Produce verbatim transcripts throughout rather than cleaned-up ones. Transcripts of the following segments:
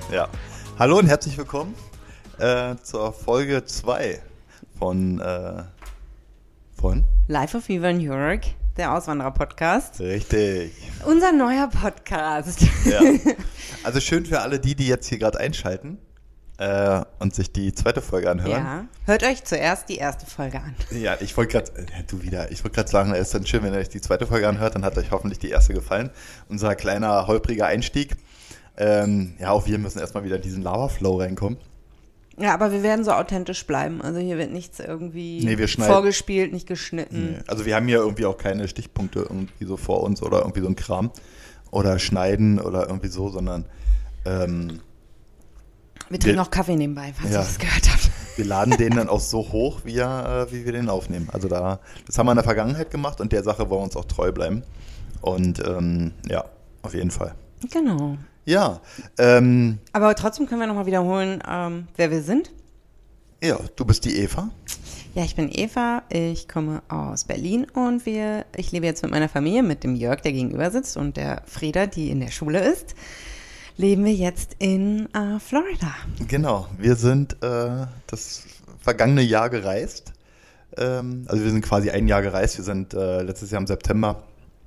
Ja. Hallo und herzlich willkommen äh, zur Folge zwei von, äh, von Life of Fever in York, der Auswanderer-Podcast. Richtig. Unser neuer Podcast. Ja. Also schön für alle die, die jetzt hier gerade einschalten äh, und sich die zweite Folge anhören. Ja, hört euch zuerst die erste Folge an. Ja, ich wollte gerade, äh, du wieder, ich wollte gerade sagen, es ist dann schön, wenn ihr euch die zweite Folge anhört, dann hat euch hoffentlich die erste gefallen. Unser kleiner, holpriger Einstieg. Ähm, ja, auch wir müssen erstmal wieder in diesen Lava-Flow reinkommen. Ja, aber wir werden so authentisch bleiben. Also hier wird nichts irgendwie nee, wir schneiden, vorgespielt, nicht geschnitten. Nee. Also wir haben hier irgendwie auch keine Stichpunkte irgendwie so vor uns oder irgendwie so ein Kram. Oder schneiden oder irgendwie so, sondern ähm, wir trinken wir, auch Kaffee nebenbei, falls ja, ihr das gehört habt. Wir laden den dann auch so hoch, wie, er, wie wir den aufnehmen. Also da, das haben wir in der Vergangenheit gemacht und der Sache wollen wir uns auch treu bleiben. Und ähm, ja, auf jeden Fall. Genau. Ja. Ähm, Aber trotzdem können wir nochmal wiederholen, ähm, wer wir sind. Ja, du bist die Eva. Ja, ich bin Eva, ich komme aus Berlin und wir, ich lebe jetzt mit meiner Familie, mit dem Jörg, der gegenüber sitzt, und der Frieda, die in der Schule ist, leben wir jetzt in äh, Florida. Genau, wir sind äh, das vergangene Jahr gereist. Ähm, also wir sind quasi ein Jahr gereist, wir sind äh, letztes Jahr im September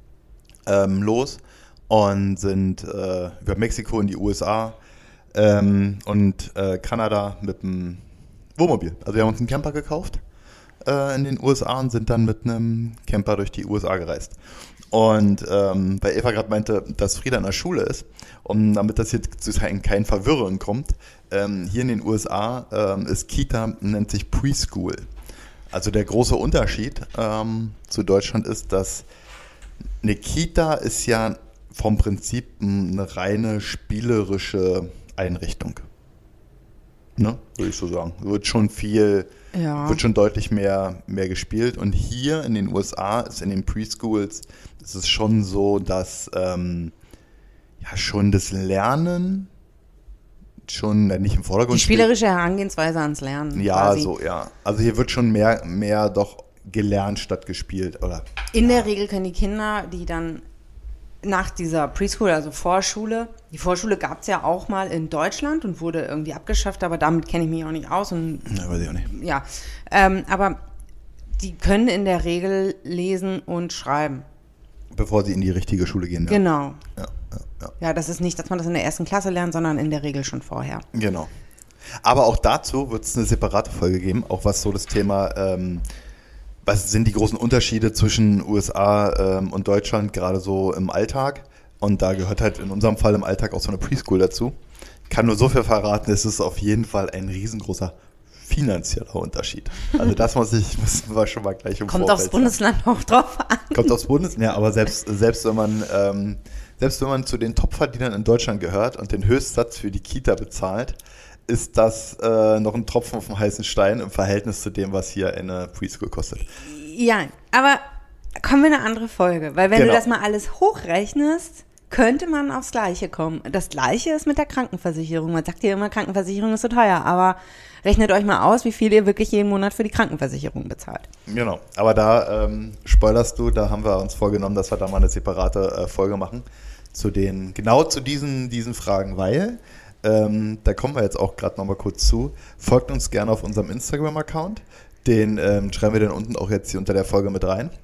ähm, los. Und sind äh, über Mexiko in die U S A ähm, und äh, Kanada mit einem Wohnmobil. Also wir haben uns einen Camper gekauft äh, in den U S A und sind dann mit einem Camper durch die U S A gereist. Und ähm, weil Eva gerade meinte, dass Frieda in der Schule ist, und damit das jetzt sozusagen kein Verwirrung kommt, ähm, hier in den U S A ähm, ist Kita, nennt sich Preschool. Also der große Unterschied ähm, zu Deutschland ist, dass eine Kita ist ja vom Prinzip eine reine spielerische Einrichtung. Ne? Würde ich so sagen. Wird schon viel, ja. wird schon deutlich mehr, mehr gespielt. Und hier in den U S A ist in den Preschools ist es schon so, dass ähm, ja schon das Lernen schon äh, nicht im Vordergrund steht. Die spielerische Herangehensweise ans Lernen. Ja, quasi. so, ja. Also hier wird schon mehr, mehr doch gelernt statt gespielt, oder? In ja. der Regel können die Kinder, die dann nach dieser Preschool, also Vorschule, die Vorschule gab es ja auch mal in Deutschland und wurde irgendwie abgeschafft, aber damit kenne ich mich auch nicht aus. Und, ja, weiß ich auch nicht. Ja, ähm, aber die können in der Regel lesen und schreiben. Bevor sie in die richtige Schule gehen. Ja. Genau. Ja, ja, ja. ja, das ist nicht, dass man das in der ersten Klasse lernt, sondern in der Regel schon vorher. Genau. Aber auch dazu wird es eine separate Folge geben, auch was so das Thema ähm, was sind die großen Unterschiede zwischen U S A ähm, und Deutschland, gerade so im Alltag? Und da gehört halt in unserem Fall im Alltag auch so eine Preschool dazu. Ich kann nur so viel verraten, es ist auf jeden Fall ein riesengroßer finanzieller Unterschied. Also das muss ich, müssen wir schon mal gleich im Kommt Vorfeld aufs Bundesland sagen. Auch drauf an. Kommt aufs Bundesland, ja, aber selbst, selbst wenn man ähm, selbst wenn man zu den Topverdienern in Deutschland gehört und den Höchstsatz für die Kita bezahlt, ist das äh, noch ein Tropfen auf dem heißen Stein im Verhältnis zu dem, was hier eine Preschool kostet. Ja, aber kommen wir in eine andere Folge. Weil wenn genau. du das mal alles hochrechnest, könnte man aufs Gleiche kommen. Das Gleiche ist mit der Krankenversicherung. Man sagt ja immer, Krankenversicherung ist so teuer, aber rechnet euch mal aus, wie viel ihr wirklich jeden Monat für die Krankenversicherung bezahlt. Genau, aber da ähm, spoilerst du, da haben wir uns vorgenommen, dass wir da mal eine separate äh, Folge machen, zu den, genau zu diesen, diesen Fragen, weil Ähm, da kommen wir jetzt auch gerade nochmal kurz zu. Folgt uns gerne auf unserem Instagram-Account. Den ähm, schreiben wir dann unten auch jetzt hier unter der Folge mit rein.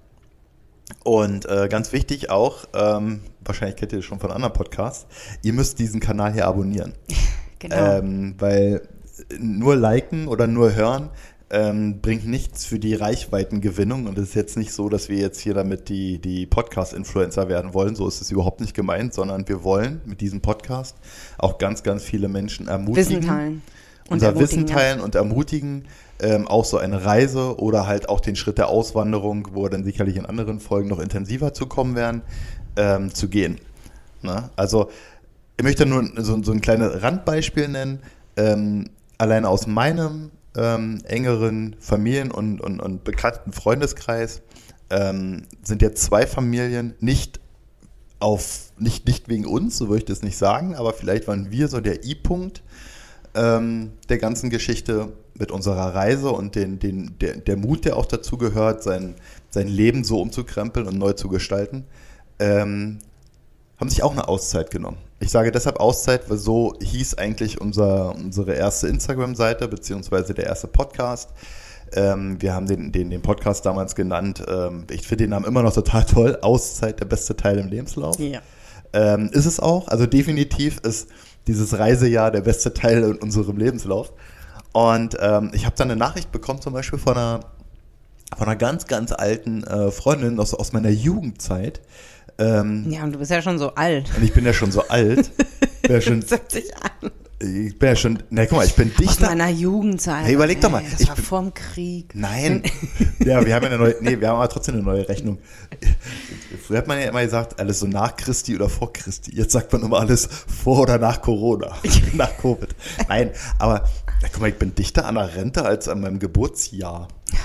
Und äh, ganz wichtig auch, ähm, wahrscheinlich kennt ihr das schon von anderen Podcasts, ihr müsst diesen Kanal hier abonnieren. Genau. Ähm, weil nur liken oder nur hören ähm, bringt nichts für die Reichweitengewinnung. Und es ist jetzt nicht so, dass wir jetzt hier damit die, die Podcast-Influencer werden wollen. So ist es überhaupt nicht gemeint, sondern wir wollen mit diesem Podcast auch ganz, ganz viele Menschen ermutigen. Wissen teilen. Und unser Wissen teilen ja. und ermutigen, ähm, auch so eine Reise oder halt auch den Schritt der Auswanderung, wo wir dann sicherlich in anderen Folgen noch intensiver zukommen werden, ähm, zu gehen. Na? Also ich möchte nur so, so ein kleines Randbeispiel nennen. Ähm, allein aus meinem ähm, engeren Familien- und, und, und bekannten Freundeskreis ähm, sind jetzt zwei Familien nicht auf, nicht, nicht wegen uns, so würde ich das nicht sagen, aber vielleicht waren wir so der I-Punkt ähm, der ganzen Geschichte mit unserer Reise und den, den, der, der Mut, der auch dazu gehört, sein, sein Leben so umzukrempeln und neu zu gestalten, ähm, haben sich auch eine Auszeit genommen. Ich sage deshalb Auszeit, weil so hieß eigentlich unser, unsere erste Instagram-Seite, beziehungsweise der erste Podcast. Ähm, wir haben den, den, den Podcast damals genannt, ähm, ich finde den Namen immer noch total toll, Auszeit, der beste Teil im Lebenslauf. Ja. Ähm, ist es auch, also definitiv ist dieses Reisejahr der beste Teil in unserem Lebenslauf. Und ähm, ich habe dann eine Nachricht bekommen, zum Beispiel von einer, von einer ganz, ganz alten äh, Freundin aus, aus meiner Jugendzeit. Ähm, Ja, und du bist ja schon so alt. und ich bin ja schon so alt. Bin ja schon, Das hört sich an. ich bin ja schon, na guck mal, ich bin Aus Dichter. meiner Jugendzeit. Hey, überleg doch mal, Ey, Das ich war bin- vorm Krieg. Nein. Ja, wir haben ja eine neue, nee, wir haben aber trotzdem eine neue Rechnung. Früher hat man ja immer gesagt, alles so nach Christi oder vor Christi. Jetzt sagt man immer alles vor oder nach Corona. Nach Covid. Nein, aber ja, guck mal, ich bin dichter an der Rente als an meinem Geburtsjahr.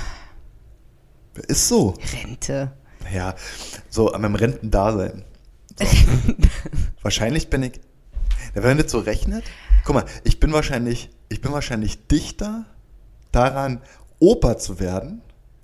Ist so. Rente. Ja, so an meinem Rentendasein. So. Wahrscheinlich bin ich, wenn man das so rechnet, guck mal, ich bin wahrscheinlich, ich bin wahrscheinlich dichter daran, Opa zu werden,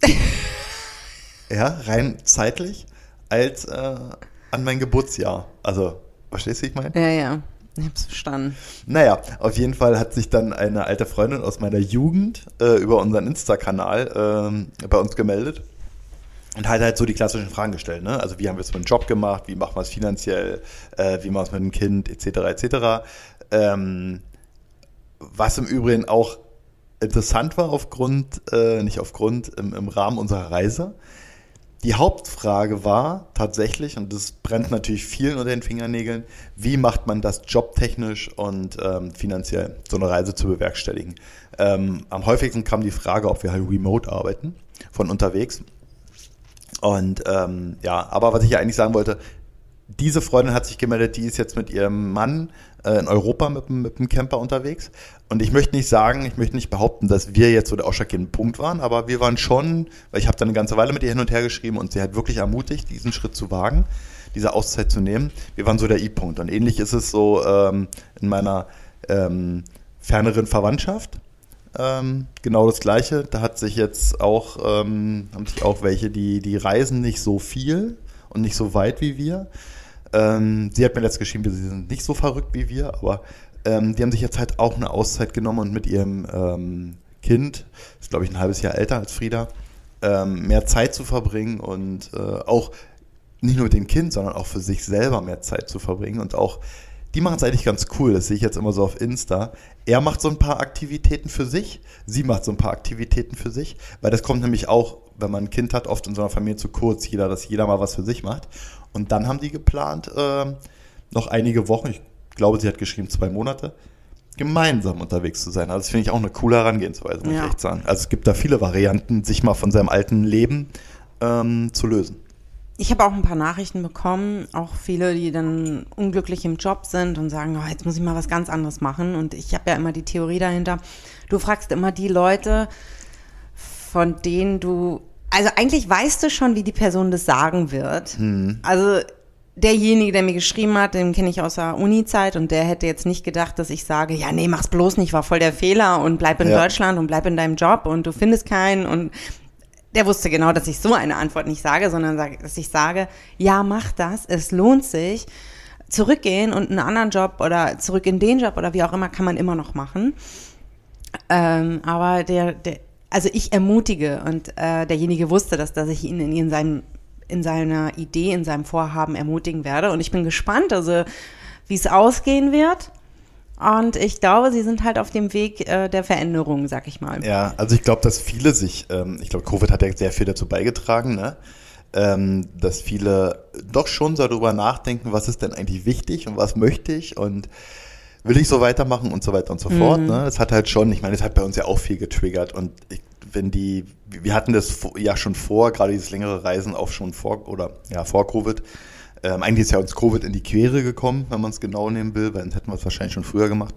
ja, rein zeitlich, als äh, an mein Geburtsjahr. Also, verstehst du, wie ich meine? Ja, ja. Ich hab's verstanden. Naja, auf jeden Fall hat sich dann eine alte Freundin aus meiner Jugend äh, über unseren Insta-Kanal ähm, bei uns gemeldet und hat halt so die klassischen Fragen gestellt, ne? Also wie haben wir es mit dem Job gemacht, wie machen wir es finanziell, äh, wie machen wir es mit dem Kind, et cetera, et cetera. Ähm, was im Übrigen auch interessant war aufgrund, äh, nicht aufgrund, im, im Rahmen unserer Reise. Die Hauptfrage war tatsächlich, und das brennt natürlich vielen unter den Fingernägeln, wie macht man das jobtechnisch und ähm, finanziell, so eine Reise zu bewerkstelligen. Ähm, am häufigsten kam die Frage, ob wir halt remote arbeiten, von unterwegs. Und ähm, ja, aber was ich ja eigentlich sagen wollte, diese Freundin hat sich gemeldet, die ist jetzt mit ihrem Mann äh, in Europa mit, mit dem Camper unterwegs. Und ich möchte nicht sagen, ich möchte nicht behaupten, dass wir jetzt so der ausschlaggebende Punkt waren, aber wir waren schon, weil ich habe dann eine ganze Weile mit ihr hin und her geschrieben und sie hat wirklich ermutigt, diesen Schritt zu wagen, diese Auszeit zu nehmen. Wir waren so der I-Punkt. Und ähnlich ist es so ähm, in meiner ähm, ferneren Verwandtschaft. Ähm, genau das Gleiche. Da hat sich jetzt auch, ähm, haben sich auch welche, die, die reisen nicht so viel und nicht so weit wie wir. Ähm, sie hat mir letztens geschrieben, sie sind nicht so verrückt wie wir, aber ähm, die haben sich jetzt halt auch eine Auszeit genommen und mit ihrem ähm, Kind, ist glaube ich ein halbes Jahr älter als Frieda, ähm, mehr Zeit zu verbringen und äh, auch nicht nur mit dem Kind, sondern auch für sich selber mehr Zeit zu verbringen und auch, die machen es eigentlich ganz cool, das sehe ich jetzt immer so auf Insta. Er macht so ein paar Aktivitäten für sich, sie macht so ein paar Aktivitäten für sich, weil das kommt nämlich auch, wenn man ein Kind hat, oft in so einer Familie zu kurz, jeder, dass jeder mal was für sich macht. Und dann haben die geplant, äh, noch einige Wochen, ich glaube, sie hat geschrieben zwei Monate, gemeinsam unterwegs zu sein. Also das finde ich auch eine coole Herangehensweise, muss Ja. ich echt sagen. Also es gibt da viele Varianten, sich mal von seinem alten Leben ähm, zu lösen. Ich habe auch ein paar Nachrichten bekommen, auch viele, die dann unglücklich im Job sind und sagen, oh, jetzt muss ich mal was ganz anderes machen. Und ich habe ja immer die Theorie dahinter, du fragst immer die Leute, von denen du, also eigentlich weißt du schon, wie die Person das sagen wird. Hm. Also derjenige, der mir geschrieben hat, den kenne ich aus der Uni-Zeit und der hätte jetzt nicht gedacht, dass ich sage, ja nee, mach's bloß nicht, war voll der Fehler und bleib in Ja. Deutschland und bleib in deinem Job und du findest keinen und der wusste genau, dass ich so eine Antwort nicht sage, sondern sag- dass ich sage, ja, mach das, es lohnt sich. Zurückgehen und einen anderen Job oder zurück in den Job oder wie auch immer, kann man immer noch machen. Ähm, aber der, der, also ich ermutige und äh, derjenige wusste, dass, dass ich ihn in, in, seinem, in seiner Idee, in seinem Vorhaben ermutigen werde. Und ich bin gespannt, also wie es ausgehen wird. Und ich glaube, sie sind halt auf dem Weg äh, der Veränderung, sag ich mal. Ja, also ich glaube, dass viele sich, ähm, ich glaube, Covid hat ja sehr viel dazu beigetragen, ne? ähm, dass viele doch schon so darüber nachdenken, was ist denn eigentlich wichtig und was möchte ich und will ich so weitermachen und so weiter und so fort. Ne? Das hat halt schon, ich meine, das hat bei uns ja auch viel getriggert und ich, wenn die, wir hatten das ja schon vor, gerade dieses längere Reisen auch schon vor, oder ja, vor Covid. Ähm, eigentlich ist ja uns Covid in die Quere gekommen, wenn man es genau nehmen will, weil dann hätten wir es wahrscheinlich schon früher gemacht.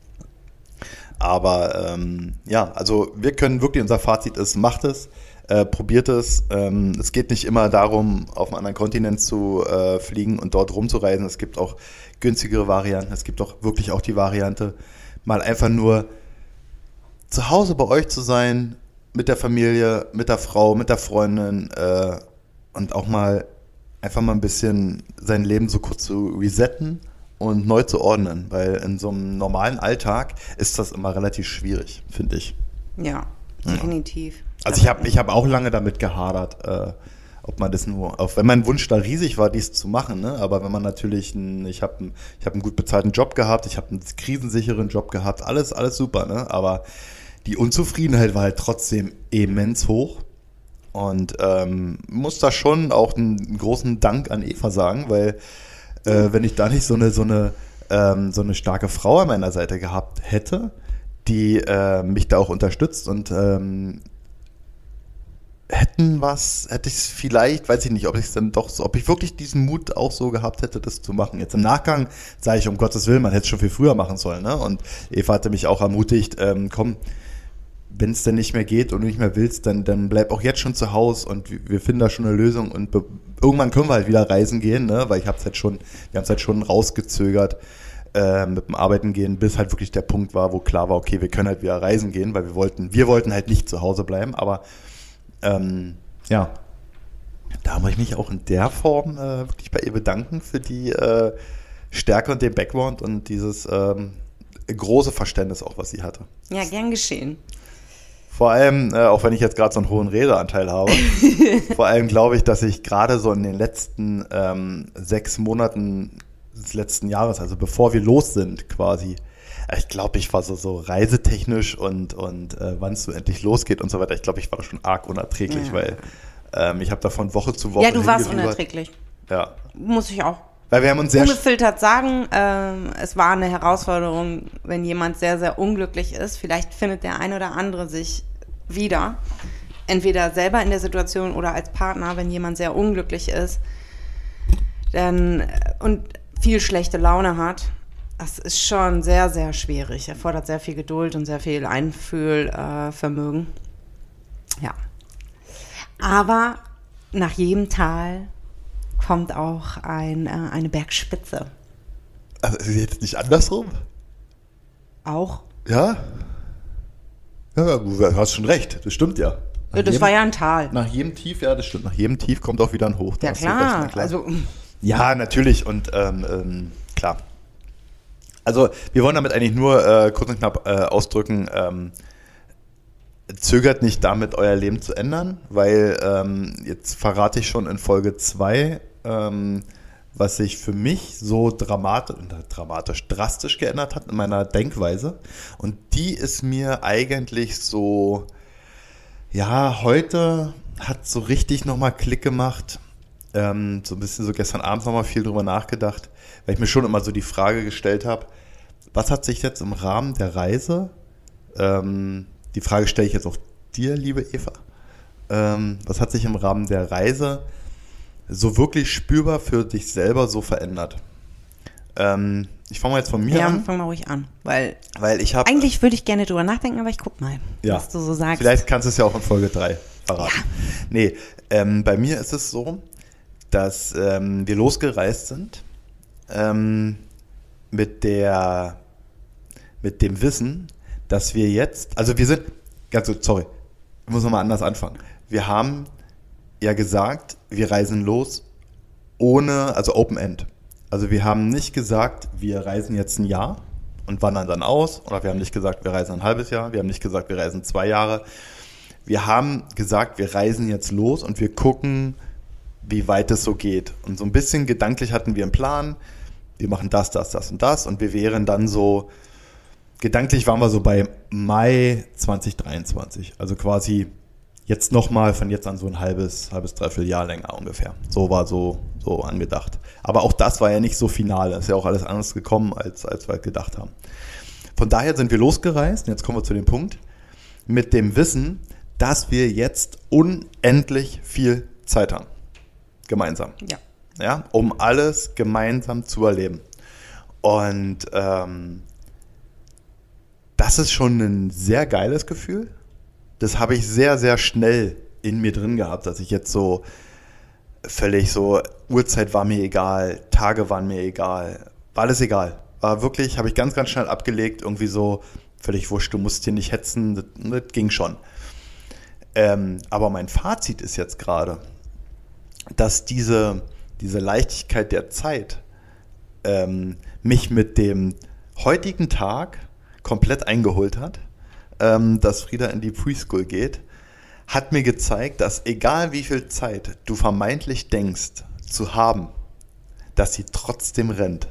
Aber ähm, ja, also wir können wirklich, unser Fazit ist, macht es, äh, probiert es. Ähm, es geht nicht immer darum, auf einen anderen Kontinent zu äh, fliegen und dort rumzureisen. Es gibt auch günstigere Varianten. Es gibt auch wirklich auch die Variante, mal einfach nur zu Hause bei euch zu sein, mit der Familie, mit der Frau, mit der Freundin äh, und auch mal einfach mal ein bisschen sein Leben so kurz zu resetten und neu zu ordnen, weil in so einem normalen Alltag ist das immer relativ schwierig, finde ich. Ja, definitiv. Also ich habe ich hab auch lange damit gehadert, äh, ob man das nur, auch wenn mein Wunsch da riesig war, dies zu machen, ne? Aber wenn man natürlich, ein, ich habe ich hab einen gut bezahlten Job gehabt, ich habe einen krisensicheren Job gehabt, alles, alles super, ne? Aber die Unzufriedenheit war halt trotzdem immens hoch und ähm, muss da schon auch einen großen Dank an Eva sagen, weil äh, wenn ich da nicht so eine, so eine, ähm, so eine starke Frau an meiner Seite gehabt hätte, die äh, mich da auch unterstützt und ähm, hätten was, hätte ich es vielleicht, weiß ich nicht, ob ich es dann doch so, ob ich wirklich diesen Mut auch so gehabt hätte, das zu machen. Jetzt im Nachgang sage ich, um Gottes Willen, man hätte es schon viel früher machen sollen, ne? Und Eva hatte mich auch ermutigt, ähm, komm, wenn es denn nicht mehr geht und du nicht mehr willst, dann, dann bleib auch jetzt schon zu Hause und wir, wir finden da schon eine Lösung und be- irgendwann können wir halt wieder reisen gehen, ne? Weil ich hab's halt schon, wir haben es halt schon rausgezögert äh, mit dem Arbeiten gehen, bis halt wirklich der Punkt war, wo klar war, okay, wir können halt wieder reisen gehen, weil wir wollten, wir wollten halt nicht zu Hause bleiben, aber Ähm, ja, da muss ich mich auch in der Form äh, wirklich bei ihr bedanken für die äh, Stärke und den Background und dieses ähm, große Verständnis auch, was sie hatte. Ja, gern geschehen. Vor allem, äh, auch wenn ich jetzt gerade so einen hohen Redeanteil habe, vor allem glaube ich, dass ich gerade so in den letzten ähm, sechs Monaten des letzten Jahres, also bevor wir los sind quasi, ich glaube, ich war so, so reisetechnisch und, und äh, wann es so endlich losgeht und so weiter. Ich glaube, ich war schon arg unerträglich, ja. weil ähm, ich habe da von Woche zu Woche Ja, du warst unerträglich. Ja. Muss ich auch weil wir haben uns sehr ungefiltert sagen, ähm, es war eine Herausforderung, wenn jemand sehr, sehr unglücklich ist. Vielleicht findet der ein oder andere sich wieder. Entweder selber in der Situation oder als Partner, wenn jemand sehr unglücklich ist dann, und viel schlechte Laune hat. Das ist schon sehr, sehr schwierig. Erfordert sehr viel Geduld und sehr viel Einfühlvermögen. Äh, ja. Aber nach jedem Tal kommt auch ein, äh, eine Bergspitze. Also ist jetzt nicht andersrum? Auch? Ja? Ja, du hast schon recht. Das stimmt ja. Ja, das jedem, war ja ein Tal. Nach jedem Tief, ja, das stimmt. Nach jedem Tief kommt auch wieder ein Hoch. Ja, klar. Recht, klar. Also, ja, natürlich. Und ähm, ähm, klar. Also wir wollen damit eigentlich nur äh, kurz und knapp äh, ausdrücken, ähm, zögert nicht damit, euer Leben zu ändern, weil ähm, jetzt verrate ich schon in Folge zwei, ähm, was sich für mich so dramatisch, dramatisch, drastisch geändert hat in meiner Denkweise. Und die ist mir eigentlich so, ja, heute hat so richtig nochmal Klick gemacht, ähm, so ein bisschen so gestern Abend nochmal viel drüber nachgedacht, weil ich mir schon immer so die Frage gestellt habe, was hat sich jetzt im Rahmen der Reise, ähm, die Frage stelle ich jetzt auch dir, liebe Eva, ähm, was hat sich im Rahmen der Reise so wirklich spürbar für dich selber so verändert? Ähm, ich fange mal jetzt von mir ja, an. Ja, fang mal ruhig an, weil, weil ich habe eigentlich würde ich gerne drüber nachdenken, aber ich guck mal, ja, was du so sagst. Vielleicht kannst du es ja auch in Folge drei verraten. Ja. Nee, ähm, bei mir ist es so, dass ähm, wir losgereist sind ähm, mit der mit dem Wissen, dass wir jetzt, also wir sind, ganz so, sorry, ich muss nochmal anders anfangen. Wir haben ja gesagt, wir reisen los ohne, also Open End. Also wir haben nicht gesagt, wir reisen jetzt ein Jahr und wandern dann aus, oder wir haben nicht gesagt, wir reisen ein halbes Jahr, wir haben nicht gesagt, wir reisen zwei Jahre. Wir haben gesagt, wir reisen jetzt los und wir gucken, wie weit es so geht. Und so ein bisschen gedanklich hatten wir einen Plan, wir machen das, das, das und das und wir wären dann so, gedanklich waren wir so bei Mai zwanzig dreiundzwanzig, also quasi jetzt nochmal von jetzt an so ein halbes, halbes, dreiviertel Jahr länger ungefähr. So war so, so angedacht. Aber auch das war ja nicht so final, das ist ja auch alles anders gekommen, als, als wir gedacht haben. Von daher sind wir losgereist, und jetzt kommen wir zu dem Punkt, mit dem Wissen, dass wir jetzt unendlich viel Zeit haben. Gemeinsam. Ja. Ja, um alles gemeinsam zu erleben. Und ähm, das ist schon ein sehr geiles Gefühl. Das habe ich sehr, sehr schnell in mir drin gehabt, dass ich jetzt so völlig so, Uhrzeit war mir egal, Tage waren mir egal, war alles egal. War wirklich, habe ich ganz, ganz schnell abgelegt, irgendwie so völlig wurscht, du musst hier nicht hetzen, das, das ging schon. Ähm, aber mein Fazit ist jetzt gerade, dass diese, diese Leichtigkeit der Zeit ähm, mich mit dem heutigen Tag komplett eingeholt hat, ähm, dass Frieda in die Preschool geht, hat mir gezeigt, dass egal wie viel Zeit du vermeintlich denkst zu haben, dass sie trotzdem rennt.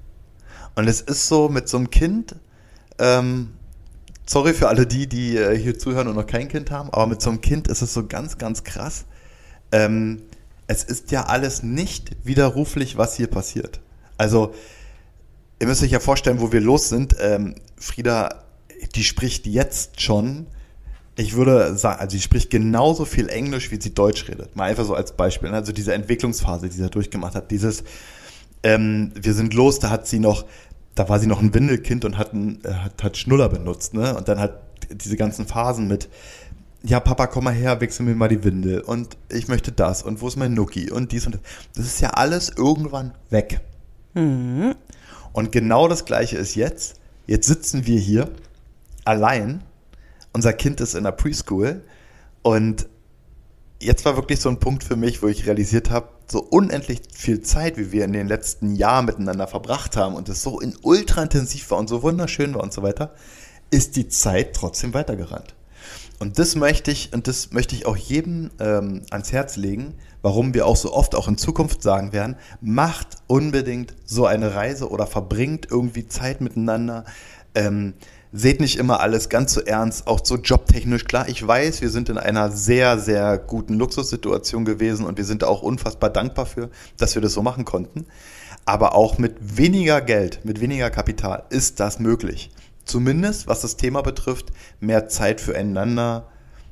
Und es ist so mit so einem Kind, ähm, sorry für alle die, die äh, hier zuhören und noch kein Kind haben, aber mit so einem Kind ist es so ganz, ganz krass. Ähm, es ist ja alles nicht widerruflich, was hier passiert. Also, ihr müsst euch ja vorstellen, wo wir los sind. Ähm, Frieda, die spricht jetzt schon, ich würde sagen, also sie spricht genauso viel Englisch, wie sie Deutsch redet. Mal einfach so als Beispiel. Also diese Entwicklungsphase, die sie da durchgemacht hat. Dieses, ähm, wir sind los, da hat sie noch, da war sie noch ein Windelkind und hat, ein, hat, hat Schnuller benutzt, ne? Und dann hat diese ganzen Phasen mit, ja, Papa, komm mal her, wechsel mir mal die Windel und ich möchte das und wo ist mein Nuki und dies und das. Das ist ja alles irgendwann weg. Mhm. Und genau das Gleiche ist jetzt. Jetzt sitzen wir hier allein. Unser Kind ist in der Preschool und jetzt war wirklich so ein Punkt für mich, wo ich realisiert habe, so unendlich viel Zeit, wie wir in den letzten Jahren miteinander verbracht haben und es so in ultra intensiv war und so wunderschön war und so weiter, ist die Zeit trotzdem weitergerannt. Und das möchte ich, und das möchte ich auch jedem ähm, ans Herz legen, warum wir auch so oft auch in Zukunft sagen werden, macht unbedingt so eine Reise oder verbringt irgendwie Zeit miteinander, ähm, seht nicht immer alles ganz so ernst, auch so jobtechnisch. Klar, ich weiß, wir sind in einer sehr, sehr guten Luxussituation gewesen und wir sind auch unfassbar dankbar für, dass wir das so machen konnten. Aber auch mit weniger Geld, mit weniger Kapital ist das möglich. Zumindest, was das Thema betrifft, mehr Zeit füreinander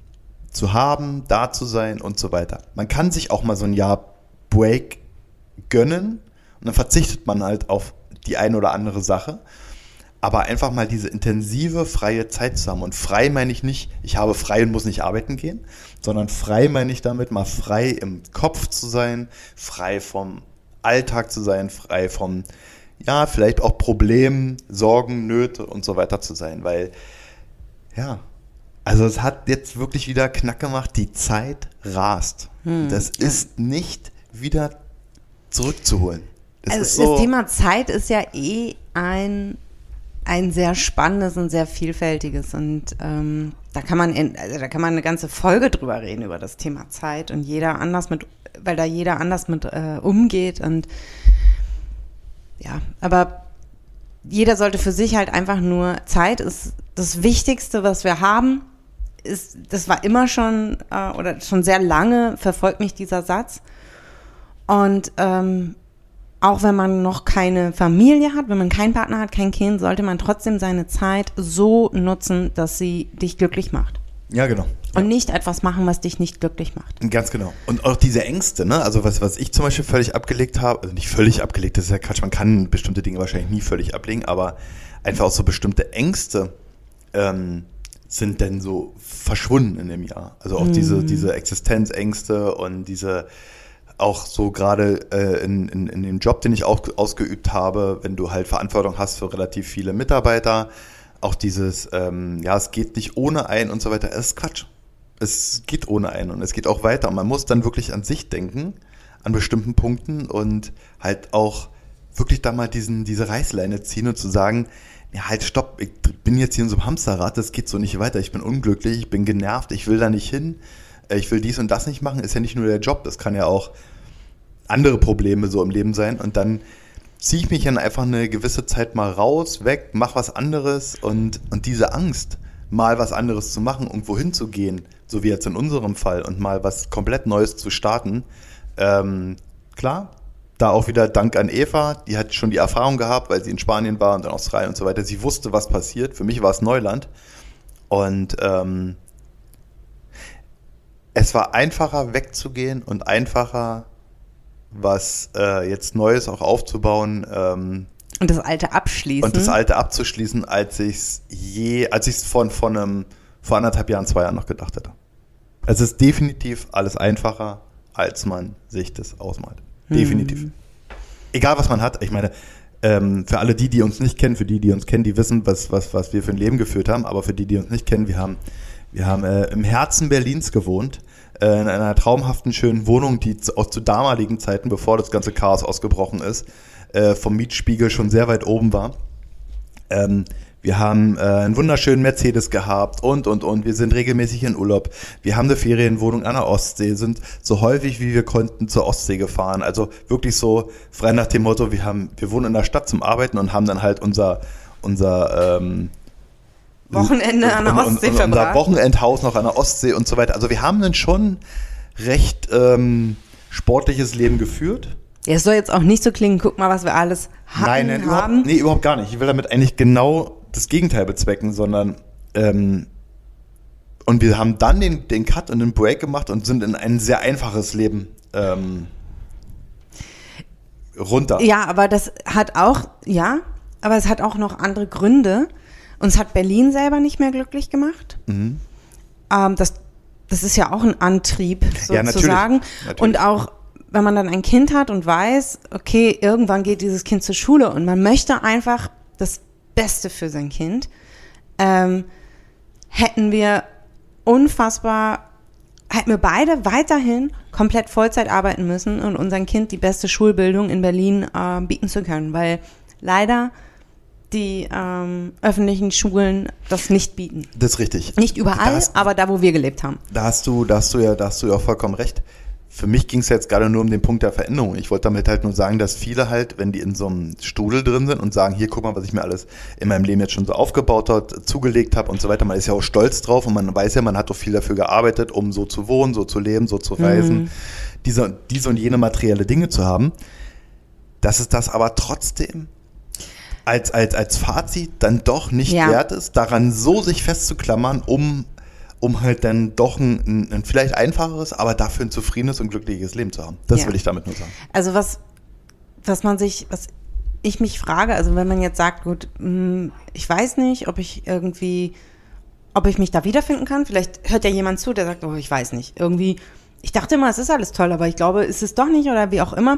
zu haben, da zu sein und so weiter. Man kann sich auch mal so ein Jahr Break gönnen und dann verzichtet man halt auf die eine oder andere Sache. Aber einfach mal diese intensive, freie Zeit zu haben. Und frei meine ich nicht, ich habe frei und muss nicht arbeiten gehen, sondern frei meine ich damit, mal frei im Kopf zu sein, frei vom Alltag zu sein, frei vom, ja, vielleicht auch Problemen, Sorgen, Nöte und so weiter zu sein. Weil, ja, also es hat jetzt wirklich wieder Knack gemacht, die Zeit rast. Hm. Das ist nicht wieder zurückzuholen. Das also ist so, das Thema Zeit ist ja eh ein... ein sehr spannendes und sehr vielfältiges und ähm, da kann man in, also da kann man eine ganze Folge drüber reden über das Thema Zeit und jeder anders mit, weil da jeder anders mit äh, umgeht und ja, aber jeder sollte für sich halt einfach nur, Zeit ist das Wichtigste, was wir haben, ist, das war immer schon äh, oder schon sehr lange verfolgt mich dieser Satz und ähm, auch wenn man noch keine Familie hat, wenn man keinen Partner hat, kein Kind, sollte man trotzdem seine Zeit so nutzen, dass sie dich glücklich macht. Ja, genau. Und ja. nicht etwas machen, was dich nicht glücklich macht. Ganz genau. Und auch diese Ängste, ne? Also was, was ich zum Beispiel völlig abgelegt habe, also nicht völlig abgelegt, das ist ja Quatsch, man kann bestimmte Dinge wahrscheinlich nie völlig ablegen, aber einfach auch so bestimmte Ängste ähm, sind denn so verschwunden in dem Jahr. Also auch mhm. diese, diese Existenzängste und diese auch so gerade äh, in, in, in dem Job, den ich auch ausgeübt habe, wenn du halt Verantwortung hast für relativ viele Mitarbeiter, auch dieses, ähm, ja, es geht nicht ohne einen und so weiter, das ist Quatsch. Es geht ohne einen und es geht auch weiter. Und man muss dann wirklich an sich denken, an bestimmten Punkten und halt auch wirklich da mal diesen, diese Reißleine ziehen und zu sagen, ja halt stopp, ich bin jetzt hier in so einem Hamsterrad, das geht so nicht weiter, ich bin unglücklich, ich bin genervt, ich will da nicht hin, ich will dies und das nicht machen, ist ja nicht nur der Job, das kann ja auch andere Probleme so im Leben sein und dann ziehe ich mich dann einfach eine gewisse Zeit mal raus, weg, mach was anderes und, und diese Angst, mal was anderes zu machen, irgendwo hinzugehen, so wie jetzt in unserem Fall und mal was komplett Neues zu starten, ähm, klar, da auch wieder Dank an Eva, die hat schon die Erfahrung gehabt, weil sie in Spanien war und in Australien und so weiter, sie wusste, was passiert, für mich war es Neuland und ähm, es war einfacher wegzugehen und einfacher was äh, jetzt Neues auch aufzubauen. Ähm, und das Alte abschließen. Und das Alte abzuschließen, als ich es je, als ich es von, von einem, vor anderthalb Jahren, zwei Jahren noch gedacht hätte. Es ist definitiv alles einfacher, als man sich das ausmalt. Definitiv. Hm. Egal, was man hat. Ich meine, ähm, für alle die, die uns nicht kennen, für die, die uns kennen, die wissen, was, was, was wir für ein Leben geführt haben. Aber für die, die uns nicht kennen, wir haben, wir haben äh, im Herzen Berlins gewohnt. In einer traumhaften, schönen Wohnung, die zu, auch zu damaligen Zeiten, bevor das ganze Chaos ausgebrochen ist, äh, vom Mietspiegel schon sehr weit oben war. Ähm, wir haben äh, einen wunderschönen Mercedes gehabt und, und, und. Wir sind regelmäßig in Urlaub. Wir haben eine Ferienwohnung an der Ostsee, sind so häufig wie wir konnten zur Ostsee gefahren. Also wirklich so frei nach dem Motto, wir haben, wir wohnen in der Stadt zum Arbeiten und haben dann halt unser, unser ähm, Wochenende an der Ostsee und, und, verbracht. Unser Wochenendhaus noch an der Ostsee und so weiter. Also wir haben dann schon recht ähm, sportliches Leben geführt. Ja, es soll jetzt auch nicht so klingen, guck mal, was wir alles hatten, nein, nein, haben. Überhaupt, nee, überhaupt gar nicht. Ich will damit eigentlich genau das Gegenteil bezwecken, sondern ähm, und wir haben dann den, den Cut und den Break gemacht und sind in ein sehr einfaches Leben ähm, runter. Ja, aber das hat auch, ja, aber es hat auch noch andere Gründe. Uns hat Berlin selber nicht mehr glücklich gemacht. Mhm. Ähm, das, das ist ja auch ein Antrieb, sozusagen. Ja, natürlich, natürlich. Und auch, wenn man dann ein Kind hat und weiß, okay, irgendwann geht dieses Kind zur Schule und man möchte einfach das Beste für sein Kind, ähm, hätten wir unfassbar, hätten wir beide weiterhin komplett Vollzeit arbeiten müssen und unserem Kind die beste Schulbildung in Berlin äh, bieten zu können, weil leider die ähm, öffentlichen Schulen das nicht bieten. Das ist richtig. Nicht überall, hast, aber da, wo wir gelebt haben. Da hast du, da hast du ja, da hast du ja auch vollkommen recht. Für mich ging es jetzt gerade nur um den Punkt der Veränderung. Ich wollte damit halt nur sagen, dass viele halt, wenn die in so einem Strudel drin sind und sagen, hier, guck mal, was ich mir alles in meinem Leben jetzt schon so aufgebaut habe, zugelegt habe und so weiter, man ist ja auch stolz drauf und man weiß ja, man hat doch viel dafür gearbeitet, um so zu wohnen, so zu leben, so zu reisen, mhm. diese, diese und jene materielle Dinge zu haben, dass es das aber trotzdem als, als, als Fazit dann doch nicht ja. wert ist, daran so sich festzuklammern, um um halt dann doch ein, ein vielleicht einfacheres, aber dafür ein zufriedenes und glückliches Leben zu haben. Das ja. will ich damit nur sagen. Also was, was man sich, was ich mich frage, also wenn man jetzt sagt, gut, ich weiß nicht, ob ich irgendwie, ob ich mich da wiederfinden kann, vielleicht hört ja jemand zu, der sagt, oh, ich weiß nicht, irgendwie, ich dachte immer, es ist alles toll, aber ich glaube, ist es doch nicht oder wie auch immer.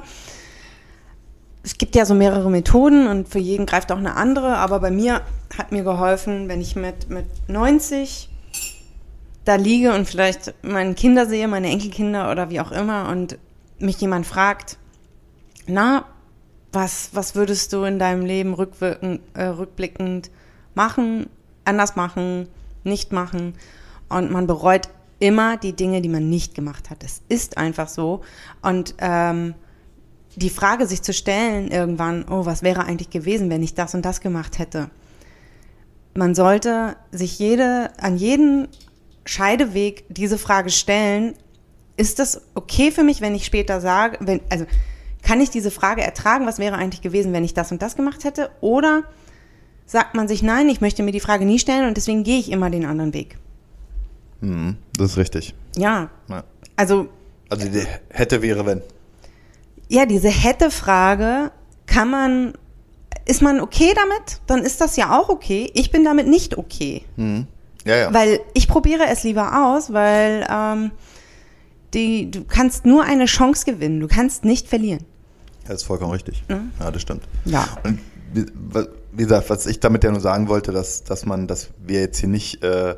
Es gibt ja so mehrere Methoden und für jeden greift auch eine andere, aber bei mir hat mir geholfen, wenn ich mit, mit neunzig da liege und vielleicht meine Kinder sehe, meine Enkelkinder oder wie auch immer und mich jemand fragt, na, was, was würdest du in deinem Leben rückwirkend, äh, rückblickend machen, anders machen, nicht machen? Und man bereut immer die Dinge, die man nicht gemacht hat. Es ist einfach so. Und ähm, die Frage sich zu stellen irgendwann, oh, was wäre eigentlich gewesen, wenn ich das und das gemacht hätte? Man sollte sich jede, an jeden Scheideweg diese Frage stellen, ist das okay für mich, wenn ich später sage, wenn, also kann ich diese Frage ertragen, was wäre eigentlich gewesen, wenn ich das und das gemacht hätte? Oder sagt man sich, nein, ich möchte mir die Frage nie stellen und deswegen gehe ich immer den anderen Weg? Hm, das ist richtig. Ja, ja. also... Also die hätte, wäre, wenn. Ja, diese hätte-Frage kann man, ist man okay damit? Dann ist das ja auch okay. Ich bin damit nicht okay. Hm. Ja, ja. Weil ich probiere es lieber aus, weil ähm, die, du kannst nur eine Chance gewinnen, du kannst nicht verlieren. Das ist vollkommen richtig. Mhm. Ja, das stimmt. Ja. Und wie, wie gesagt, was ich damit ja nur sagen wollte, dass, dass man, dass wir jetzt hier nicht, äh,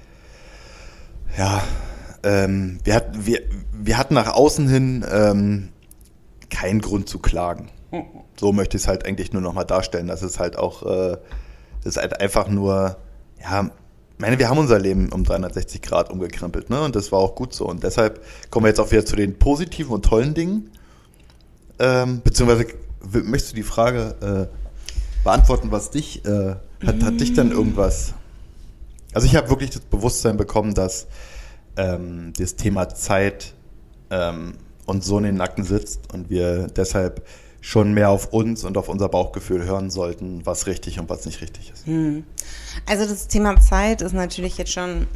ja, ähm, wir, hat, wir, wir hatten nach außen hin ähm, keinen Grund zu klagen. Mhm. So möchte ich es halt eigentlich nur nochmal darstellen, dass es halt auch, äh, das ist halt einfach nur, ja, ich meine, wir haben unser Leben um dreihundertsechzig Grad umgekrempelt, ne? Und das war auch gut so. Und deshalb kommen wir jetzt auch wieder zu den positiven und tollen Dingen. Ähm, beziehungsweise möchtest du die Frage äh, beantworten, was dich, äh, hat, hat dich dann irgendwas... Also ich habe wirklich das Bewusstsein bekommen, dass ähm, das Thema Zeit ähm, uns so in den Nacken sitzt und wir deshalb schon mehr auf uns und auf unser Bauchgefühl hören sollten, was richtig und was nicht richtig ist. Hm. Also das Thema Zeit ist natürlich jetzt schon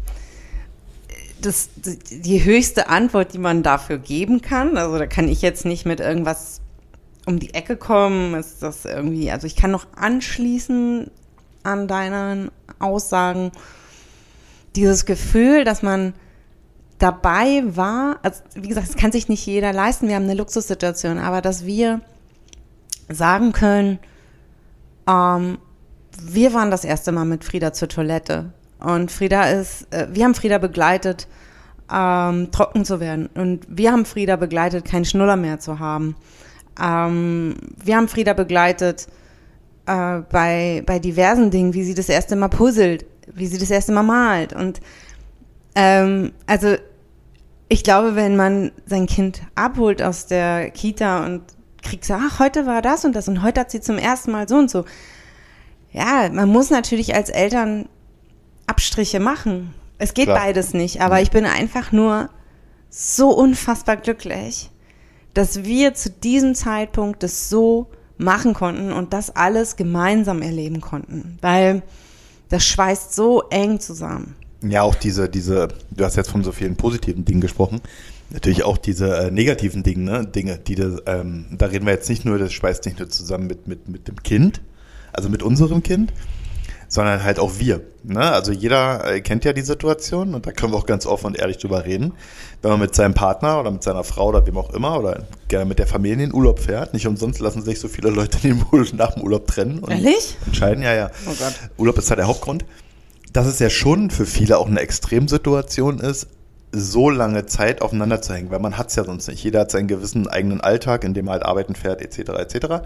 das, die höchste Antwort, die man dafür geben kann. Also da kann ich jetzt nicht mit irgendwas um die Ecke kommen. Ist das irgendwie, also ich kann noch anschließen an deinen Aussagen. Dieses Gefühl, dass man dabei war, also wie gesagt, das kann sich nicht jeder leisten, wir haben eine Luxussituation, aber dass wir sagen können, ähm, wir waren das erste Mal mit Frieda zur Toilette und Frieda ist, äh, wir haben Frieda begleitet, ähm, trocken zu werden und wir haben Frieda begleitet, keinen Schnuller mehr zu haben. Ähm, wir haben Frieda begleitet äh, bei, bei diversen Dingen, wie sie das erste Mal puzzelt, wie sie das erste Mal malt. Und ähm, also ich glaube, wenn man sein Kind abholt aus der Kita und kriegt so, ach, heute war das und das und heute hat sie zum ersten Mal so und so. Ja, man muss natürlich als Eltern Abstriche machen. Es geht Klar. beides nicht, aber ich bin einfach nur so unfassbar glücklich, dass wir zu diesem Zeitpunkt das so machen konnten und das alles gemeinsam erleben konnten, weil das schweißt so eng zusammen. Ja, auch diese, diese, du hast jetzt von so vielen positiven Dingen gesprochen, natürlich auch diese äh, negativen Dinge, ne? Dinge, die das, ähm, da reden wir jetzt nicht nur, das schweißt nicht nur zusammen mit, mit, mit dem Kind, also mit unserem Kind, sondern halt auch wir. Ne? Also jeder äh, kennt ja die Situation und da können wir auch ganz offen und ehrlich drüber reden. Wenn man mit seinem Partner oder mit seiner Frau oder wem auch immer oder gerne mit der Familie in den Urlaub fährt, nicht umsonst lassen sich so viele Leute den Urlaub, nach dem Urlaub trennen und Ehrlich? entscheiden, ja, ja. Oh Gott. Urlaub ist halt der Hauptgrund. Dass es ja schon für viele auch eine Extremsituation ist, so lange Zeit aufeinander zu hängen, weil man hat es ja sonst nicht. Jeder hat seinen gewissen eigenen Alltag, in dem er halt arbeiten fährt, et cetera et cetera.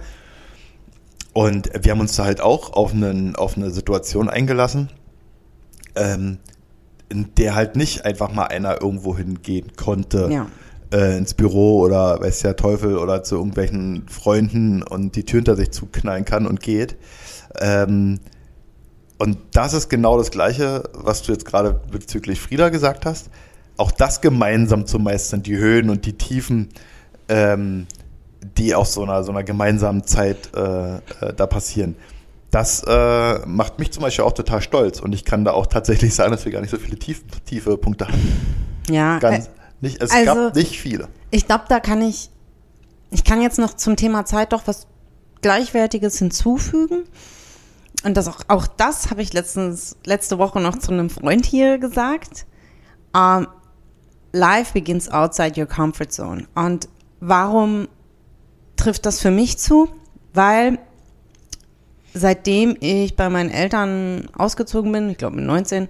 Und wir haben uns da halt auch auf, einen, auf eine Situation eingelassen, ähm, in der halt nicht einfach mal einer irgendwo hingehen konnte, ja. äh, ins Büro oder weiß der Teufel oder zu irgendwelchen Freunden und die Tür hinter sich zuknallen kann und geht. Ähm, und das ist genau das Gleiche, was du jetzt gerade bezüglich Frieda gesagt hast. Auch das gemeinsam zu meistern, die Höhen und die Tiefen, ähm, die aus so einer, so einer gemeinsamen Zeit äh, äh, da passieren. Das äh, macht mich zum Beispiel auch total stolz und ich kann da auch tatsächlich sagen, dass wir gar nicht so viele tief, tiefe Punkte hatten. Ja, Ganz, nicht, es also, gab nicht viele. Ich glaube, da kann ich, ich kann jetzt noch zum Thema Zeit doch was Gleichwertiges hinzufügen. Und das auch, auch das habe ich letztens, letzte Woche noch zu einem Freund hier gesagt. Um, life begins outside your comfort zone. Und warum trifft das für mich zu? Weil seitdem ich bei meinen Eltern ausgezogen bin, ich glaube mit neunzehn,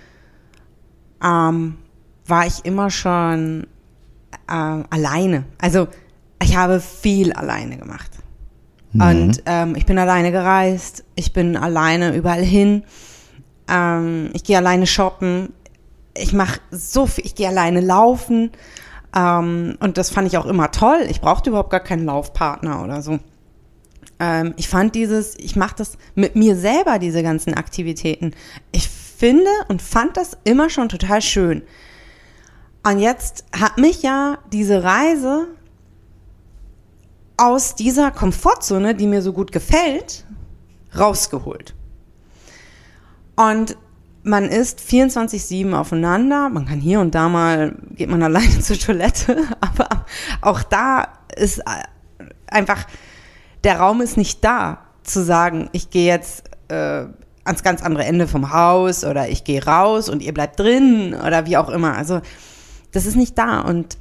ähm, war ich immer schon äh, alleine. Also ich habe viel alleine gemacht. Mhm. Und ähm, ich bin alleine gereist, ich bin alleine überall hin, ähm, ich gehe alleine shoppen, ich mache so viel, ich gehe alleine laufen. Ähm, und das fand ich auch immer toll. Ich brauchte überhaupt gar keinen Laufpartner oder so. Ähm, ich fand dieses, ich mache das mit mir selber, diese ganzen Aktivitäten. Ich finde und fand das immer schon total schön. Und jetzt hat mich ja diese Reise aus dieser Komfortzone, die mir so gut gefällt, rausgeholt. Und man ist vierundzwanzig sieben aufeinander, man kann hier und da mal, geht man alleine zur Toilette, aber auch da ist einfach, der Raum ist nicht da, zu sagen, ich gehe jetzt äh, ans ganz andere Ende vom Haus oder ich gehe raus und ihr bleibt drin oder wie auch immer. Also das ist nicht da und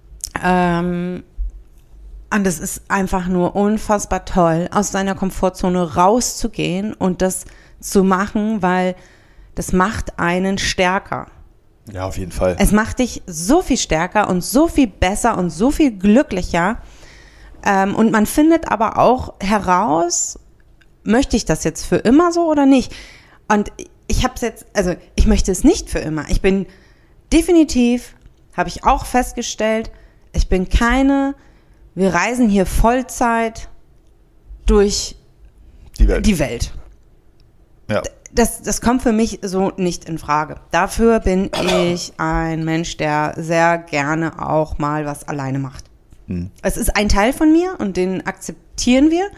ähm, und es ist einfach nur unfassbar toll, aus seiner Komfortzone rauszugehen und das zu machen, weil das macht einen stärker. Ja, auf jeden Fall. Es macht dich so viel stärker und so viel besser und so viel glücklicher. Ähm, und man findet aber auch heraus, möchte ich das jetzt für immer so oder nicht? Und ich habe es jetzt, also ich möchte es nicht für immer. Ich bin definitiv, habe ich auch festgestellt, ich bin keine, wir reisen hier Vollzeit durch die Welt. Die Welt. Ja. Das, das kommt für mich so nicht in Frage. Dafür bin ich ein Mensch, der sehr gerne auch mal was alleine macht. Hm. Es ist ein Teil von mir und den akzeptieren wir.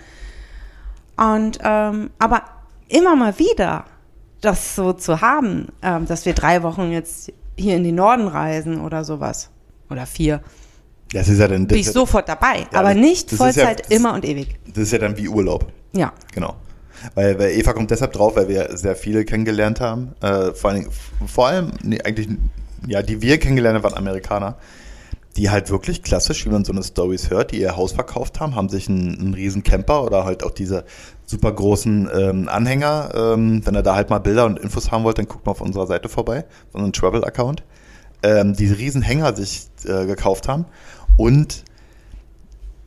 Und ähm, aber immer mal wieder das so zu haben, ähm, dass wir drei Wochen jetzt hier in den Norden reisen oder sowas oder vier, das ist ja dann, das bin ich sofort dabei. Ja, aber das, nicht das Vollzeit, ja, das, immer und ewig. Das ist ja dann wie Urlaub. Ja. Genau. Weil, weil Eva kommt deshalb drauf, weil wir sehr viele kennengelernt haben. Äh, vor allem, vor allem nee, eigentlich, ja, die wir kennengelernt haben, waren Amerikaner, die halt wirklich klassisch, wie man so eine Storys hört, die ihr Haus verkauft haben, haben sich einen, einen riesen Camper oder halt auch diese super großen ähm, Anhänger. Ähm, wenn ihr da halt mal Bilder und Infos haben wollt, dann guckt mal auf unserer Seite vorbei, so einen Travel-Account. Ähm, diese riesen Hänger sich äh, gekauft haben und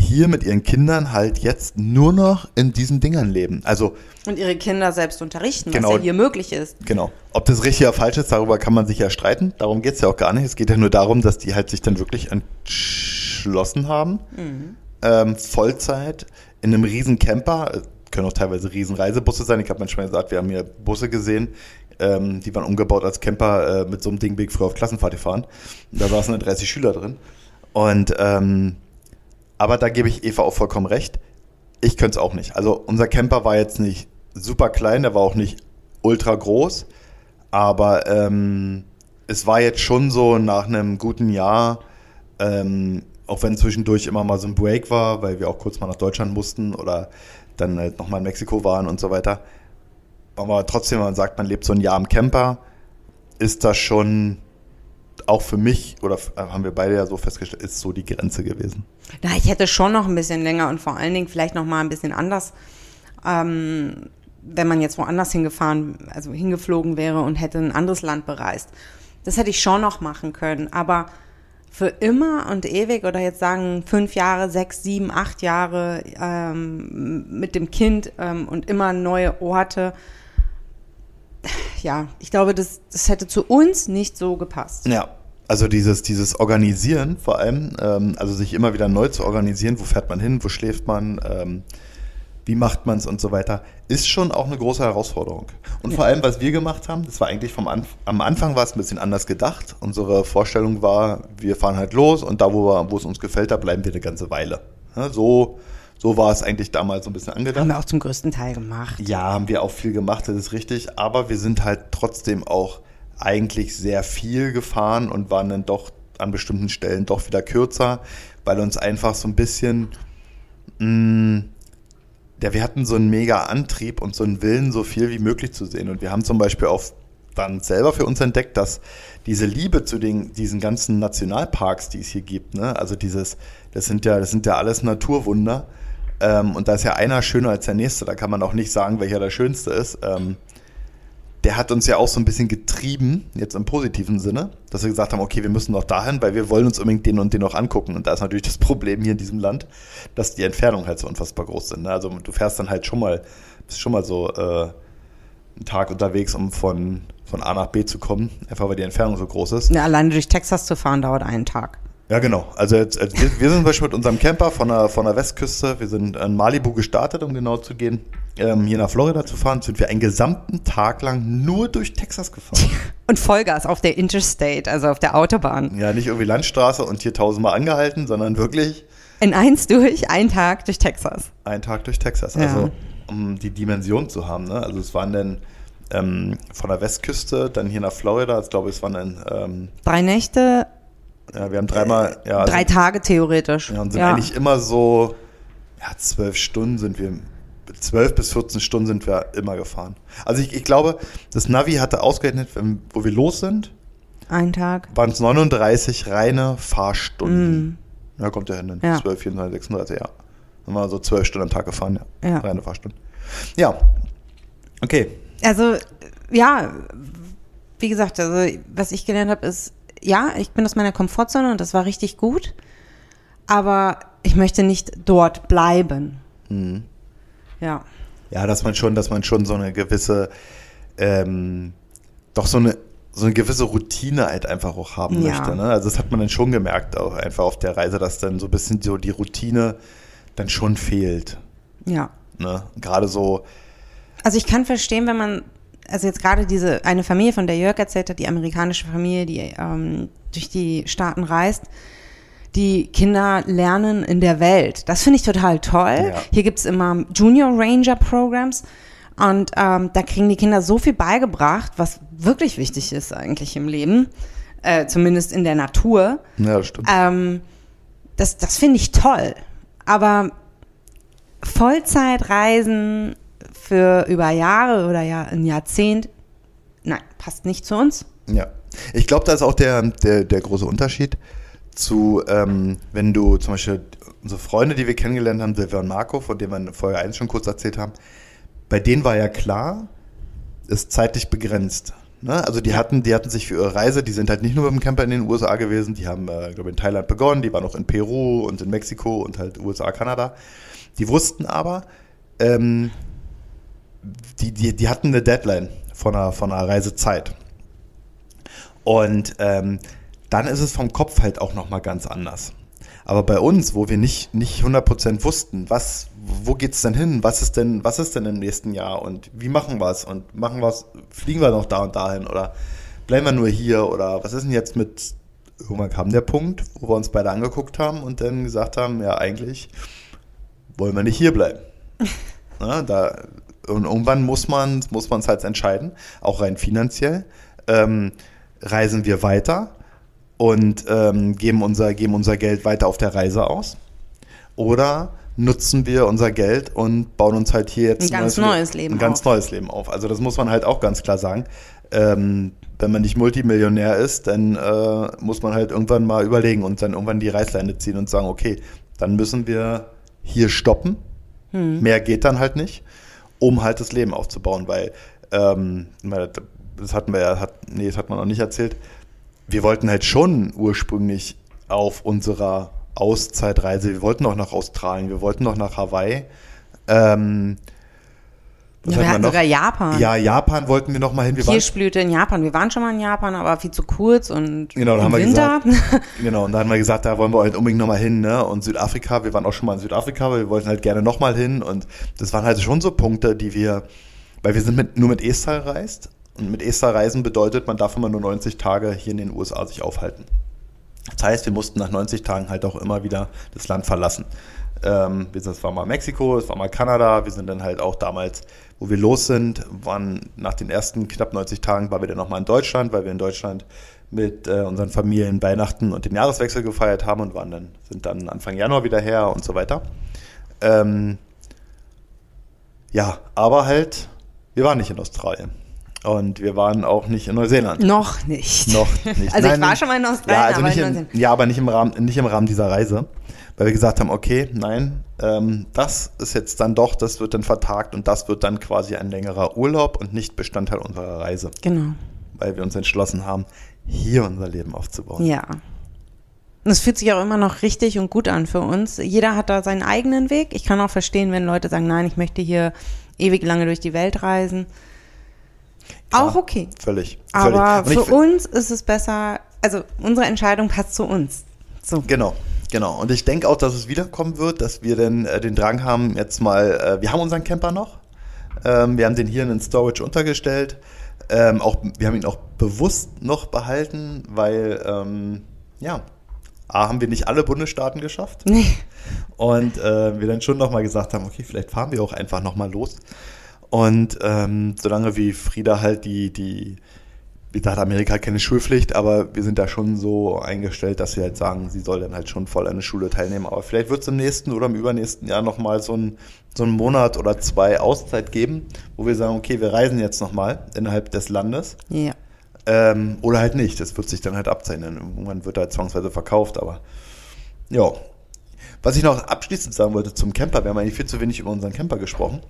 hier mit ihren Kindern halt jetzt nur noch in diesen Dingern leben. Also und ihre Kinder selbst unterrichten, genau, was ja hier möglich ist. Genau. Ob das richtig oder falsch ist, darüber kann man sich ja streiten. Darum geht es ja auch gar nicht. Es geht ja nur darum, dass die halt sich dann wirklich entschlossen haben, mhm. ähm, Vollzeit in einem riesen Camper, können auch teilweise riesen Reisebusse sein. Ich habe manchmal gesagt, wir haben hier Busse gesehen, ähm, die waren umgebaut als Camper, äh, mit so einem Ding bin ich früher auf Klassenfahrt gefahren. Da saßen dann dreißig Schüler drin. Und ähm, aber da gebe ich Eva auch vollkommen recht. Ich könnte es auch nicht. Also unser Camper war jetzt nicht super klein, der war auch nicht ultra groß, aber ähm, es war jetzt schon so nach einem guten Jahr, ähm, auch wenn zwischendurch immer mal so ein Break war, weil wir auch kurz mal nach Deutschland mussten oder dann halt nochmal in Mexiko waren und so weiter. Aber trotzdem, wenn man sagt, man lebt so ein Jahr im Camper, ist das schon auch für mich, oder haben wir beide ja so festgestellt, ist so die Grenze gewesen. Na, ich hätte schon noch ein bisschen länger und vor allen Dingen vielleicht noch mal ein bisschen anders, ähm, wenn man jetzt woanders hingefahren, also hingeflogen wäre und hätte ein anderes Land bereist. Das hätte ich schon noch machen können, aber für immer und ewig oder jetzt sagen fünf Jahre, sechs, sieben, acht Jahre ähm, mit dem Kind ähm, und immer neue Orte. Ja, ich glaube, das, das hätte zu uns nicht so gepasst. Ja, also dieses, dieses Organisieren vor allem, ähm, also sich immer wieder neu zu organisieren, wo fährt man hin, wo schläft man, ähm, wie macht man es und so weiter, ist schon auch eine große Herausforderung. Und ja. vor allem, was wir gemacht haben, das war eigentlich vom Anf- am Anfang war es ein bisschen anders gedacht. Unsere Vorstellung war, wir fahren halt los und da, wo, wir, wo es uns gefällt, da bleiben wir eine ganze Weile. Ja, so So war es eigentlich damals so ein bisschen angedacht. Haben wir auch zum größten Teil gemacht. Ja, haben wir auch viel gemacht, das ist richtig. Aber wir sind halt trotzdem auch eigentlich sehr viel gefahren und waren dann doch an bestimmten Stellen doch wieder kürzer, weil uns einfach so ein bisschen, mh, ja, wir hatten so einen mega Antrieb und so einen Willen, so viel wie möglich zu sehen. Und wir haben zum Beispiel auch dann selber für uns entdeckt, dass diese Liebe zu den, diesen ganzen Nationalparks, die es hier gibt, ne, also dieses, das sind ja, das sind ja alles Naturwunder. Ähm, und da ist ja einer schöner als der nächste, da kann man auch nicht sagen, welcher der schönste ist. Ähm, der hat uns ja auch so ein bisschen getrieben, jetzt im positiven Sinne, dass wir gesagt haben, okay, wir müssen noch dahin, weil wir wollen uns unbedingt den und den noch angucken. Und da ist natürlich das Problem hier in diesem Land, dass die Entfernungen halt so unfassbar groß sind. Ne? Also du fährst dann halt schon mal, bist schon mal so äh, einen Tag unterwegs, um von, von A nach B zu kommen, einfach weil die Entfernung so groß ist. Ja, alleine durch Texas zu fahren dauert einen Tag. Ja, genau. Also jetzt, also wir, wir sind zum Beispiel mit unserem Camper von der, von der Westküste, wir sind in Malibu gestartet, um genau zu gehen, ähm, hier nach Florida zu fahren, sind wir einen gesamten Tag lang nur durch Texas gefahren. Und Vollgas auf der Interstate, also auf der Autobahn. Ja, nicht irgendwie Landstraße und hier tausendmal angehalten, sondern wirklich in eins durch, ein Tag durch Texas. Ein Tag durch Texas, Ja. also um die Dimension zu haben. Ne? Also es waren dann ähm, von der Westküste, dann hier nach Florida, ich glaube, es waren dann ähm, Drei Nächte, ja, wir haben dreimal, ja, drei sind, Tage theoretisch. ja, und sind Ja. eigentlich immer so, ja, zwölf Stunden sind wir, zwölf bis vierzehn Stunden sind wir immer gefahren. Also ich, ich glaube, das Navi hatte ausgerechnet, wenn, wo wir los sind, Ein Tag. waren es neununddreißig reine Fahrstunden. Mm. Ja, kommt ja hin, dann Ja. zwölf, vierunddreißig, sechsunddreißig, ja. Dann waren wir so zwölf Stunden am Tag gefahren, ja. Ja. Reine Fahrstunden. Ja, okay. Also, ja, wie gesagt, also was ich gelernt habe, ist, ja, ich bin aus meiner Komfortzone und das war richtig gut, aber ich möchte nicht dort bleiben. Mhm. Ja. Ja, dass man schon, dass man schon so eine gewisse, ähm, doch so eine, so eine gewisse Routine halt einfach auch haben Ja. möchte. Ne? Also das hat man dann schon gemerkt, auch einfach auf der Reise, dass dann so ein bisschen so die Routine dann schon fehlt. Ja. Ne? Gerade so, Also ich kann verstehen, wenn man, also jetzt gerade diese, eine Familie, von der Jörg erzählt hat, die amerikanische Familie, die ähm, durch die Staaten reist, die Kinder lernen in der Welt. Das finde ich total toll. Ja. Hier gibt es immer Junior Ranger Programs und ähm, da kriegen die Kinder so viel beigebracht, was wirklich wichtig ist eigentlich im Leben, äh, zumindest in der Natur. ja, das stimmt. Ähm, das das finde ich toll. Aber Vollzeitreisen für über Jahre oder ja ein Jahrzehnt, nein, passt nicht zu uns. Ja, ich glaube, da ist auch der, der, der große Unterschied zu, ähm, wenn du zum Beispiel unsere Freunde, die wir kennengelernt haben, Silvia und Marco, von denen wir in Folge eins schon kurz erzählt haben, bei denen war ja klar, ist zeitlich begrenzt. Ne? Also die hatten, die hatten sich für ihre Reise, die sind halt nicht nur mit dem Camper in den U S A gewesen, die haben, äh, glaube ich, in Thailand begonnen, die waren auch in Peru und in Mexiko und halt U S A, Kanada. Die wussten aber, ähm, die, die, die hatten eine Deadline von einer, von einer Reisezeit. Und ähm, dann ist es vom Kopf halt auch nochmal ganz anders. Aber bei uns, wo wir nicht, nicht hundert Prozent wussten, was, wo geht's denn hin, was ist denn, was ist denn im nächsten Jahr und wie machen wir es und machen wir es, fliegen wir noch da und dahin oder bleiben wir nur hier oder was ist denn jetzt mit, irgendwann kam der Punkt, wo wir uns beide angeguckt haben und dann gesagt haben, ja eigentlich wollen wir nicht hier bleiben. Na, da, und irgendwann muss man muss man es halt entscheiden, auch rein finanziell. Ähm, reisen wir weiter und ähm, geben, unser, geben unser Geld weiter auf der Reise aus? Oder nutzen wir unser Geld und bauen uns halt hier jetzt ein ganz neues, neues Leben ein ganz auf. neues Leben auf? Also das muss man halt auch ganz klar sagen. Ähm, wenn man nicht Multimillionär ist, dann äh, muss man halt irgendwann mal überlegen und dann irgendwann die Reißleine ziehen und sagen, okay, dann müssen wir hier stoppen. Hm. Mehr geht dann halt nicht, um halt das Leben aufzubauen, weil ähm, das hatten wir ja, hat, nee, das hat man noch nicht erzählt. Wir wollten halt schon ursprünglich auf unserer Auszeitreise, wir wollten noch nach Australien, wir wollten noch nach Hawaii. Ähm, ja, wir hatten sogar Japan. Ja, Japan wollten wir noch mal hin. Wir Kirschblüte in Japan. Wir waren schon mal in Japan, aber viel zu kurz und genau, im haben wir Winter. Gesagt, genau, und da haben wir gesagt, da wollen wir halt unbedingt noch mal hin. Ne? Und Südafrika, wir waren auch schon mal in Südafrika, aber wir wollten halt gerne noch mal hin. Und das waren halt schon so Punkte, die wir, weil wir sind mit, nur mit E-Style reist. Und mit E-Style reisen bedeutet, man darf immer nur neunzig Tage hier in den U S A sich aufhalten. Das heißt, wir mussten nach neunzig Tagen halt auch immer wieder das Land verlassen. Ähm, das war mal Mexiko, das war mal Kanada. Wir sind dann halt auch damals, wo wir los sind, waren nach den ersten knapp neunzig Tagen, waren wir dann nochmal in Deutschland, weil wir in Deutschland mit äh, unseren Familien Weihnachten und den Jahreswechsel gefeiert haben und waren dann, sind dann Anfang Januar wieder her und so weiter. Ähm, ja, aber halt, wir waren nicht in Australien. Und wir waren auch nicht in Neuseeland. Noch nicht. Noch nicht. Also Nein, ich war schon mal in Australien, ja, also aber nicht in in, Neuseeland. ja, aber nicht im Rahmen, nicht im Rahmen dieser Reise. Weil wir gesagt haben, okay, nein, ähm, das ist jetzt dann doch, das wird dann vertagt und das wird dann quasi ein längerer Urlaub und nicht Bestandteil unserer Reise. Genau. Weil wir uns entschlossen haben, hier unser Leben aufzubauen. Ja. Und es fühlt sich auch immer noch richtig und gut an für uns. Jeder hat da seinen eigenen Weg. Ich kann auch verstehen, wenn Leute sagen, nein, ich möchte hier ewig lange durch die Welt reisen. Klar, auch okay. Völlig. Aber völlig. für uns ist es besser, also unsere Entscheidung passt zu uns. So. Genau, genau. Und ich denke auch, dass es wiederkommen wird, dass wir dann äh, den Drang haben, jetzt mal, äh, wir haben unseren Camper noch. Ähm, wir haben den hier in den Storage untergestellt. Ähm, auch, wir haben ihn auch bewusst noch behalten, weil, ähm, ja, A, haben wir nicht alle Bundesstaaten geschafft. Nee. Und äh, wir dann schon nochmal gesagt haben, okay, vielleicht fahren wir auch einfach nochmal los. Und ähm, solange wie Frieda halt die, die, wie gesagt, Amerika hat keine Schulpflicht, aber wir sind da schon so eingestellt, dass wir halt sagen, sie soll dann halt schon voll an der Schule teilnehmen. Aber vielleicht wird es im nächsten oder im übernächsten Jahr nochmal so, ein, so einen Monat oder zwei Auszeit geben, wo wir sagen, okay, wir reisen jetzt nochmal innerhalb des Landes. Ja. Ähm, oder halt nicht, das wird sich dann halt abzeichnen. Irgendwann wird er halt zwangsweise verkauft, aber ja. Was ich noch abschließend sagen wollte zum Camper, wir haben eigentlich viel zu wenig über unseren Camper gesprochen.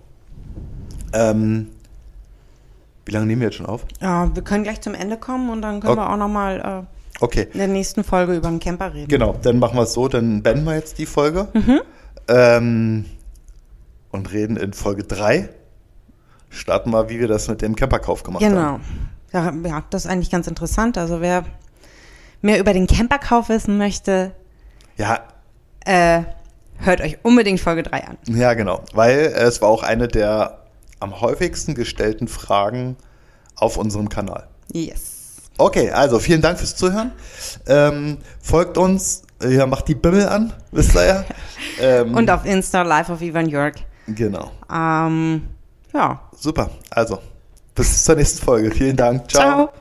Ähm, wie lange nehmen wir jetzt schon auf? Ja, wir können gleich zum Ende kommen und dann können okay. wir auch nochmal äh, okay. in der nächsten Folge über den Camper reden. Genau, dann machen wir es so, dann beenden wir jetzt die Folge Mhm. ähm, und reden in Folge drei. Starten wir, wie wir das mit dem Camperkauf gemacht Genau. haben. Ja, ja, das ist eigentlich ganz interessant. Also wer mehr über den Camperkauf wissen möchte, Ja, äh, hört euch unbedingt Folge drei an. ja, genau, weil es war auch eine der am häufigsten gestellten Fragen auf unserem Kanal. Yes. Okay, also vielen Dank fürs Zuhören. Ähm, folgt uns, ja, macht die Bimmel an, wisst ihr ja. Ähm, Und auf Insta, Live of Ivan Jörg. Genau. Ähm, ja. Super, also bis zur nächsten Folge. Vielen Dank. Ciao. Ciao.